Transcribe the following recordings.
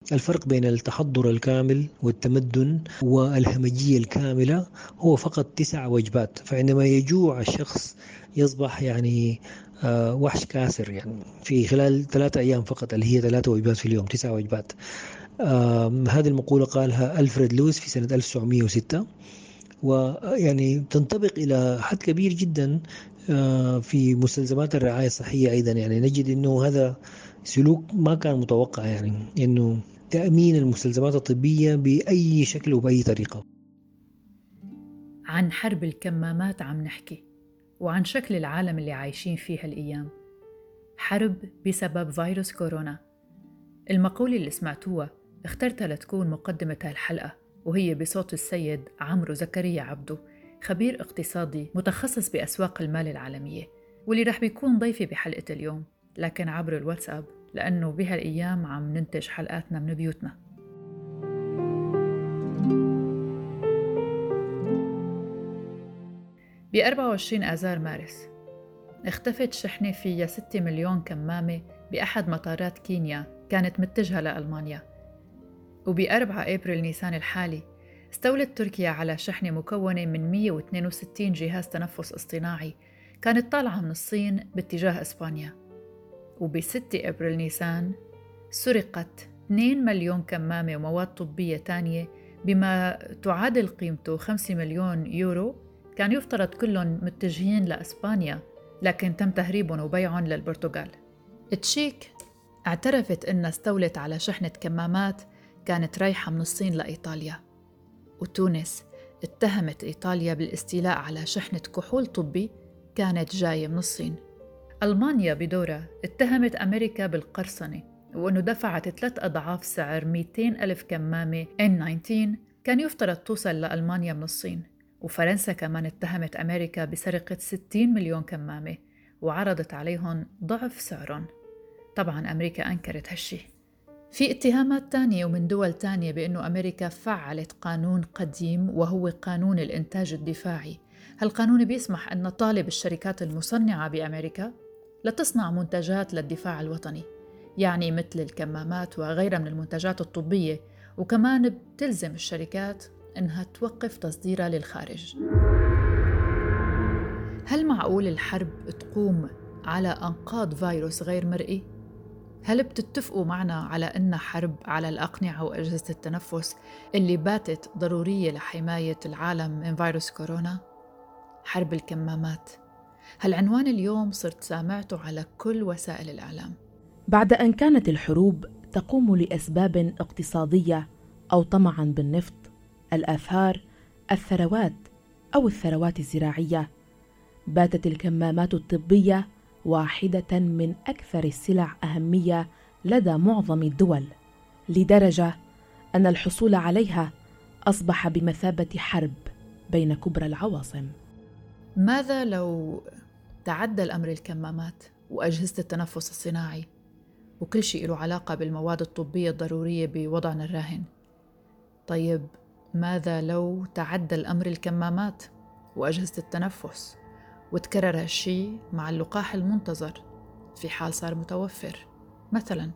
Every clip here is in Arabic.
الفرق بين التحضر الكامل والتمدن والهمجية الكاملة هو فقط 9 وجبات. فعندما يجوع الشخص يصبح يعني وحش كاسر، يعني في خلال 3 أيام فقط، اللي هي 3 وجبات في اليوم، 9 وجبات. هذه المقولة قالها ألفريد لويس في سنة 1906، ويعني تنطبق إلى حد كبير جدا في مستلزمات الرعاية الصحية أيضا. يعني نجد أنه هذا سلوك ما كان متوقع، يعني أنه تأمين المستلزمات الطبية بأي شكل وبأي طريقة. عن حرب الكمامات عم نحكي، وعن شكل العالم اللي عايشين فيه هالأيام. حرب بسبب فيروس كورونا. المقولة اللي سمعتوها اخترتها لتكون مقدمة هالحلقة، وهي بصوت السيد عمرو زكريا عبدو، خبير اقتصادي متخصص بأسواق المال العالمية، واللي رح بيكون ضيفي بحلقة اليوم، لكن عبر الواتساب، لأنه بهالأيام عم ننتج حلقاتنا من بيوتنا. ب 24 آذار مارس اختفت شحنة فيها 6 مليون كمامة بأحد مطارات كينيا كانت متجهة لألمانيا. وب4 أبريل نيسان الحالي استولت تركيا على شحنة مكونة من 162 جهاز تنفس اصطناعي كانت طالعة من الصين باتجاه إسبانيا. وب6 أبريل نيسان سرقت 2 مليون كمامة ومواد طبية تانية بما تعادل قيمته 5 مليون يورو، كان يفترض كلهم متجهين لإسبانيا، لكن تم تهريبهم وبيعهم للبرتغال. تشيك اعترفت إنها استولت على شحنة كمامات كانت رايحة من الصين لإيطاليا. وتونس اتهمت إيطاليا بالاستيلاء على شحنة كحول طبي كانت جاية من الصين. ألمانيا بدورها اتهمت أمريكا بالقرصنة، وأنه دفعت 3 أضعاف سعر 200 ألف كمامة N19 كان يفترض توصل لألمانيا من الصين. وفرنسا كمان اتهمت أمريكا بسرقة 60 مليون كمامة وعرضت عليهم ضعف سعرهم. طبعاً أمريكا أنكرت هالشي. في اتهامات تانية ومن دول تانية بأنه أمريكا فعلت قانون قديم وهو قانون الإنتاج الدفاعي. هالقانون بيسمح أن طالب الشركات المصنعة بأمريكا لتصنع منتجات للدفاع الوطني، يعني مثل الكمامات وغيرها من المنتجات الطبية، وكمان بتلزم الشركات أنها توقف تصديرها للخارج. هل معقول الحرب تقوم على أنقاض فيروس غير مرئي؟ هل بتتفقوا معنا على أن حرب على الأقنعة وأجهزة التنفس اللي باتت ضرورية لحماية العالم من فيروس كورونا؟ حرب الكمامات، هالعنوان اليوم صرت سامعته على كل وسائل الإعلام. بعد أن كانت الحروب تقوم لأسباب اقتصادية أو طمعاً بالنفط، الآثار، الثروات أو الثروات الزراعية، باتت الكمامات الطبية واحدة من أكثر السلع أهمية لدى معظم الدول، لدرجة أن الحصول عليها أصبح بمثابة حرب بين كبرى العواصم. ماذا لو تعدى الأمر الكمامات وأجهزة التنفس الصناعي وكل شيء له علاقة بالمواد الطبية الضرورية بوضعنا الراهن؟ طيب ماذا لو تعدى الأمر الكمامات وأجهزة التنفس وتكرر هالشي مع اللقاح المنتظر في حال صار متوفر؟ مثلا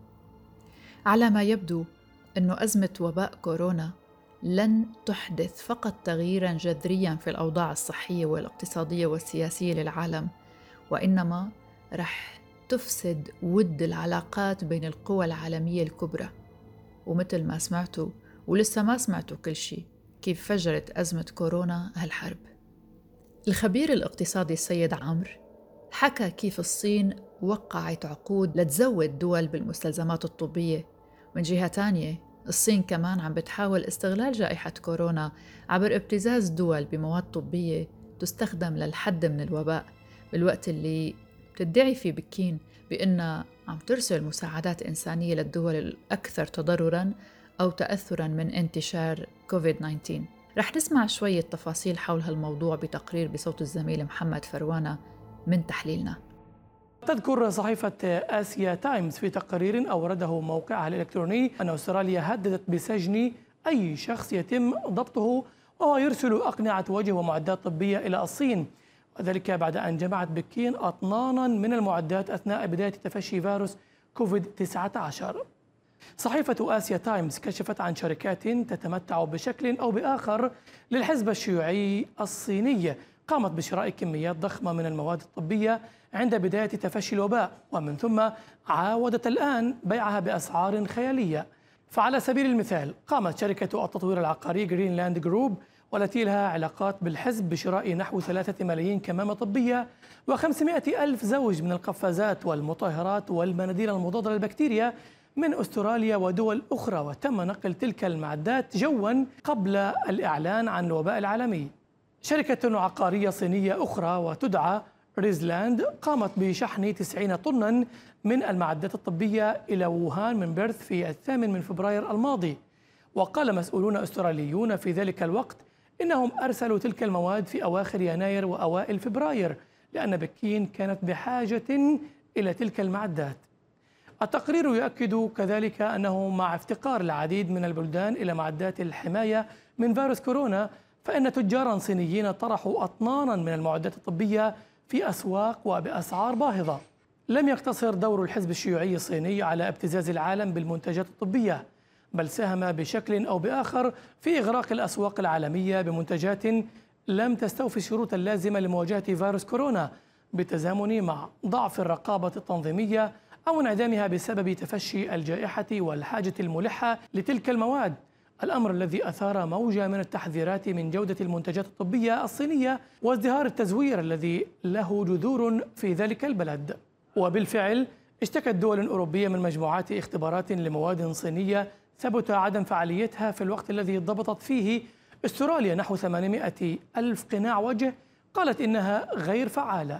على ما يبدو أنه أزمة وباء كورونا لن تحدث فقط تغييراً جذرياً في الأوضاع الصحية والاقتصادية والسياسية للعالم، وإنما رح تفسد ود العلاقات بين القوى العالمية الكبرى. ومثل ما سمعتوا ولسه ما سمعتوا كل شيء، كيف فجرت أزمة كورونا هالحرب. الخبير الاقتصادي السيد عمرو حكى كيف الصين وقعت عقود لتزود دول بالمستلزمات الطبية. من جهة تانية الصين كمان عم بتحاول استغلال جائحة كورونا عبر ابتزاز دول بمواد طبية تستخدم للحد من الوباء، بالوقت اللي بتدعي فيه بكين بأنها عم ترسل مساعدات إنسانية للدول الأكثر تضرراً أو تأثراً من انتشار كوفيد-19. رح نسمع شوية تفاصيل حول هالموضوع بتقرير بصوت الزميل محمد فروانة من تحليلنا. تذكر صحيفة آسيا تايمز في تقرير أورده موقعها الإلكتروني أن أستراليا هددت بسجن أي شخص يتم ضبطه وهو يرسل أقنعة وجه ومعدات طبية إلى الصين، وذلك بعد أن جمعت بكين أطنانا من المعدات أثناء بداية تفشي فيروس كوفيد-19. صحيفة آسيا تايمز كشفت عن شركات تتمتع بشكل أو بآخر للحزب الشيوعي الصيني قامت بشراء كميات ضخمة من المواد الطبية عند بداية تفشي الوباء، ومن ثم عاودت الآن بيعها بأسعار خيالية. فعلى سبيل المثال قامت شركة التطوير العقاري جرينلاند جروب والتي لها علاقات بالحزب بشراء نحو 3 ملايين كمامة طبية و500 ألف زوج من القفازات والمطهرات والمناديل المضادة للبكتيريا من أستراليا ودول أخرى، وتم نقل تلك المعدات جوا قبل الإعلان عن الوباء العالمي. شركة عقارية صينية أخرى وتدعى ريزلاند قامت بشحن 90 طنا من المعدات الطبية إلى ووهان من بيرث في 8 فبراير الماضي. وقال مسؤولون أستراليون في ذلك الوقت إنهم أرسلوا تلك المواد في أواخر يناير وأوائل فبراير لأن بكين كانت بحاجة إلى تلك المعدات. التقرير يؤكد كذلك أنه مع افتقار العديد من البلدان إلى معدات الحماية من فيروس كورونا، فإن تجارا صينيين طرحوا أطنانا من المعدات الطبية في أسواق وبأسعار باهظة. لم يقتصر دور الحزب الشيوعي الصيني على ابتزاز العالم بالمنتجات الطبية، بل ساهم بشكل أو بآخر في إغراق الأسواق العالمية بمنتجات لم تستوفي الشروط اللازمة لمواجهة فيروس كورونا، بالتزامن مع ضعف الرقابة التنظيمية أو انعدامها بسبب تفشي الجائحة والحاجة الملحة لتلك المواد، الأمر الذي أثار موجة من التحذيرات من جودة المنتجات الطبية الصينية وازدهار التزوير الذي له جذور في ذلك البلد. وبالفعل اشتكت دول أوروبية من مجموعات اختبارات لمواد صينية ثبت عدم فعاليتها في الوقت الذي ضبطت فيه استراليا نحو 800 ألف قناع وجه قالت إنها غير فعالة.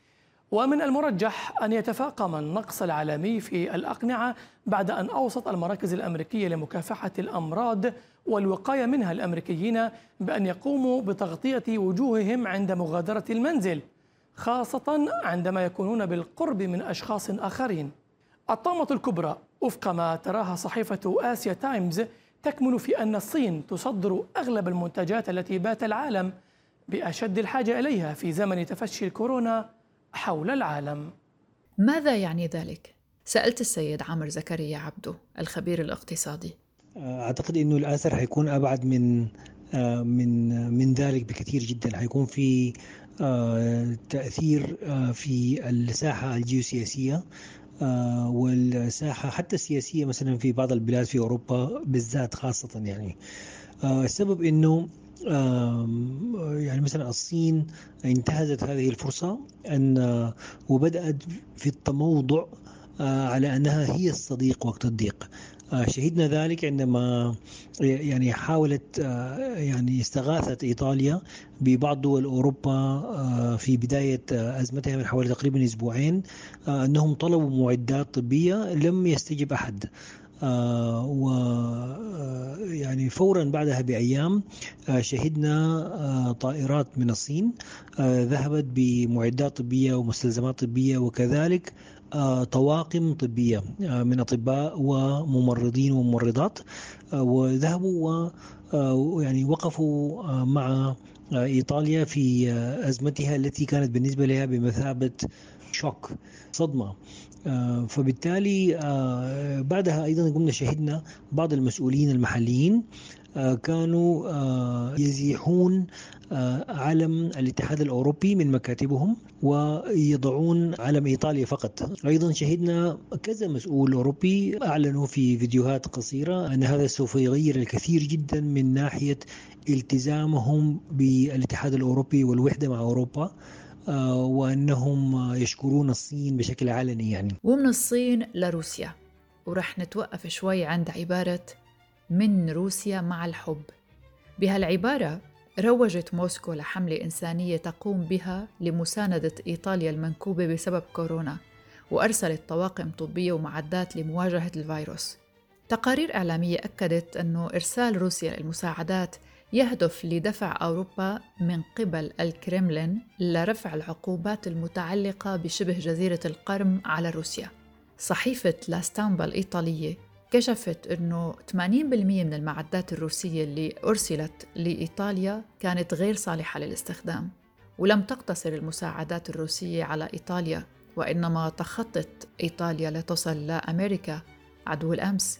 ومن المرجح أن يتفاقم النقص العالمي في الأقنعة بعد أن أوصت المراكز الأمريكية لمكافحة الأمراض والوقاية منها الأمريكيين بأن يقوموا بتغطية وجوههم عند مغادرة المنزل، خاصة عندما يكونون بالقرب من أشخاص آخرين. الطامة الكبرى وفق ما تراها صحيفة آسيا تايمز تكمن في أن الصين تصدر أغلب المنتجات التي بات العالم بأشد الحاجة إليها في زمن تفشي الكورونا حول العالم. ماذا يعني ذلك؟ سألت السيد عامر زكريا عبدو الخبير الاقتصادي. أعتقد أنه الأثر حيكون أبعد من ذلك بكثير جدا. حيكون في تأثير في الساحة الجيوسياسية والساحة حتى السياسية، مثلا في بعض البلاد في أوروبا بالذات خاصة. يعني السبب أنه يعني مثلا الصين انتهزت هذه الفرصة وبدأت في التموضع على أنها هي الصديق وقت الضيق. شهدنا ذلك عندما يعني حاولت يعني استغاثت إيطاليا ببعض دول أوروبا في بداية أزمتها من حوالي تقريبا أسبوعين، أنهم طلبوا معدات طبية، لم يستجب أحد. ويعني فورا بعدها بأيام شهدنا طائرات من الصين ذهبت بمعدات طبية ومستلزمات طبية، وكذلك طواقم طبية من أطباء وممرضين وممرضات، وذهبوا ويعني وقفوا مع إيطاليا في أزمتها التي كانت بالنسبة لها بمثابة شوك، صدمة. فبالتالي بعدها أيضا قمنا شهدنا بعض المسؤولين المحليين كانوا يزيحون علم الاتحاد الأوروبي من مكاتبهم ويضعون علم إيطاليا فقط. أيضا شهدنا كذا مسؤول أوروبي أعلنوا في فيديوهات قصيرة أن هذا سوف يغير الكثير جدا من ناحية التزامهم بالاتحاد الأوروبي والوحدة مع أوروبا، وأنهم يشكرون الصين بشكل علني يعني. ومن الصين لروسيا، ورح نتوقف شوي عند عبارة من روسيا مع الحب. بهالعبارة روجت موسكو لحملة إنسانية تقوم بها لمساندة إيطاليا المنكوبة بسبب كورونا، وأرسلت طواقم طبية ومعدات لمواجهة الفيروس. تقارير إعلامية أكدت أنه إرسال روسيا للمساعدات يهدف لدفع أوروبا من قبل الكرملين لرفع العقوبات المتعلقة بشبه جزيرة القرم على روسيا. صحيفة لا ستامبا الإيطالية كشفت أنه 80% من المعدات الروسية اللي أرسلت لإيطاليا كانت غير صالحة للاستخدام، ولم تقتصر المساعدات الروسية على إيطاليا، وإنما تخطت إيطاليا لتصل لأمريكا عدو الأمس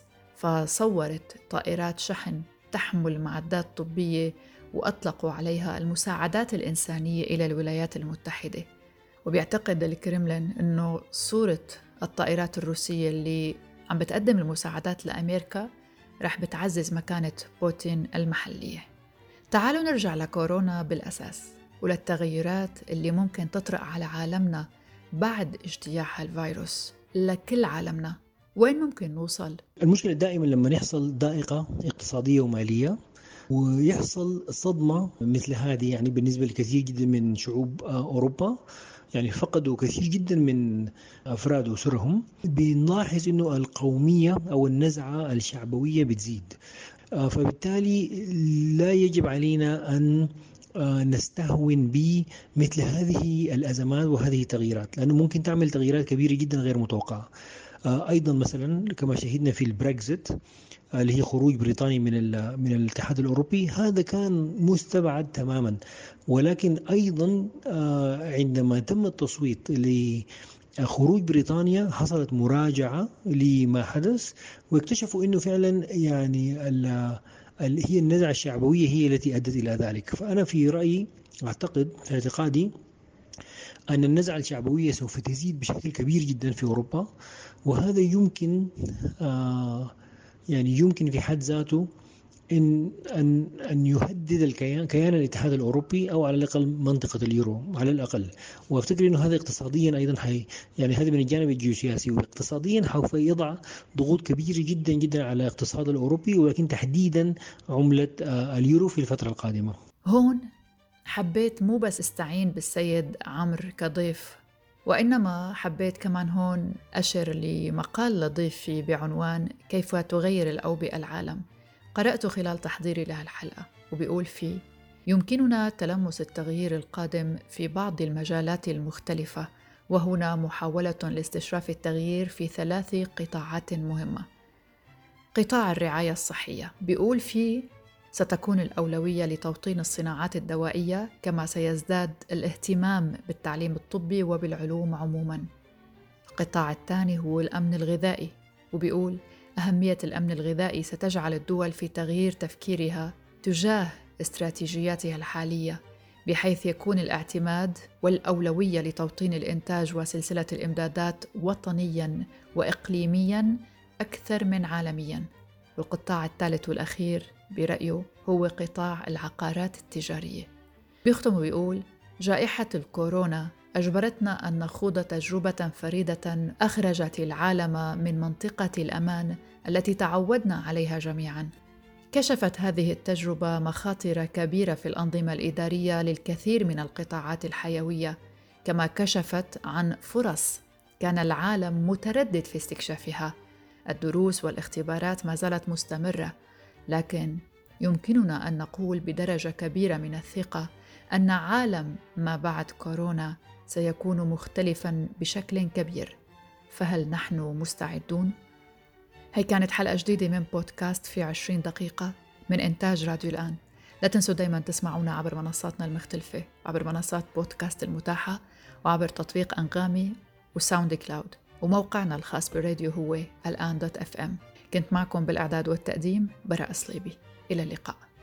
فصورت طائرات شحن تحمل معدات طبية وأطلقوا عليها المساعدات الإنسانية إلى الولايات المتحدة. وبيعتقد الكرملين أنه صورة الطائرات الروسية اللي عم بتقدم المساعدات لأمريكا رح بتعزز مكانة بوتين المحلية. تعالوا نرجع لكورونا بالأساس وللتغيرات اللي ممكن تطرأ على عالمنا بعد اجتياح الفيروس لكل عالمنا. وين ممكن نوصل؟ المشكلة دائما لما يحصل ضائقة اقتصادية ومالية ويحصل صدمة مثل هذه، يعني بالنسبة لكثير جدا من شعوب أوروبا، يعني فقدوا كثير جدا من أفراد أسرهم، بنلاحظ أنه القومية أو النزعة الشعبوية بتزيد. فبالتالي لا يجب علينا أن نستهون بمثل هذه الأزمات وهذه التغييرات، لأنه ممكن تعمل تغييرات كبيرة جدا غير متوقعة. أيضا مثلا كما شهدنا في البريكزيت اللي هي خروج بريطانيا من الاتحاد الأوروبي، هذا كان مستبعد تماما. ولكن أيضا عندما تم التصويت لخروج بريطانيا حصلت مراجعة لما حدث، واكتشفوا أنه فعلا يعني هي النزعة الشعبوية هي التي أدت إلى ذلك. فأنا في رأيي في اعتقادي أن النزعة الشعبوية سوف تزيد بشكل كبير جدا في أوروبا، وهذا يمكن يمكن في حد ذاته أن يهدد كيان الاتحاد الأوروبي، أو على الأقل منطقة اليورو على الأقل. وأفتكر أنه هذا اقتصاديا أيضا يعني هذا من الجانب الجيوسياسي، واقتصاديا سوف يضع ضغوط كبيرة جدا جدا على الاقتصاد الأوروبي، ولكن تحديدا عملة اليورو في الفترة القادمة. هون حبيت مو بس استعين بالسيد عمرو كضيف، وإنما حبيت كمان هون أشر لمقال لضيفي بعنوان كيف تغير الأوبئة العالم، قرأته خلال تحضيري لها الحلقة، وبيقول فيه: يمكننا تلمس التغيير القادم في بعض المجالات المختلفة، وهنا محاولة لاستشراف التغيير في 3 قطاعات مهمة. قطاع الرعاية الصحية، بيقول فيه ستكون الأولوية لتوطين الصناعات الدوائية، كما سيزداد الاهتمام بالتعليم الطبي وبالعلوم عموماً. القطاع الثاني هو الأمن الغذائي، وبيقول أهمية الأمن الغذائي ستجعل الدول في تغيير تفكيرها تجاه استراتيجياتها الحالية، بحيث يكون الاعتماد والأولوية لتوطين الإنتاج وسلسلة الإمدادات وطنياً وإقليمياً أكثر من عالمياً. والقطاع الثالث والأخير برأيه هو قطاع العقارات التجارية. بيختم ويقول: جائحة الكورونا أجبرتنا أن نخوض تجربة فريدة أخرجت العالم من منطقة الأمان التي تعودنا عليها جميعاً. كشفت هذه التجربة مخاطر كبيرة في الأنظمة الإدارية للكثير من القطاعات الحيوية، كما كشفت عن فرص كان العالم متردد في استكشافها. الدروس والاختبارات ما زالت مستمرة، لكن يمكننا أن نقول بدرجة كبيرة من الثقة أن عالم ما بعد كورونا سيكون مختلفاً بشكل كبير. فهل نحن مستعدون؟ هي كانت حلقة جديدة من بودكاست في 20 دقيقة من إنتاج راديو الآن. لا تنسوا دايماً تسمعونا عبر منصاتنا المختلفة، عبر منصات بودكاست المتاحة، وعبر تطبيق أنغامي وساوند كلاود، وموقعنا الخاص بالراديو هو الآن.fm. كنت معكم بالإعداد والتقديم براء صليبي. إلى اللقاء.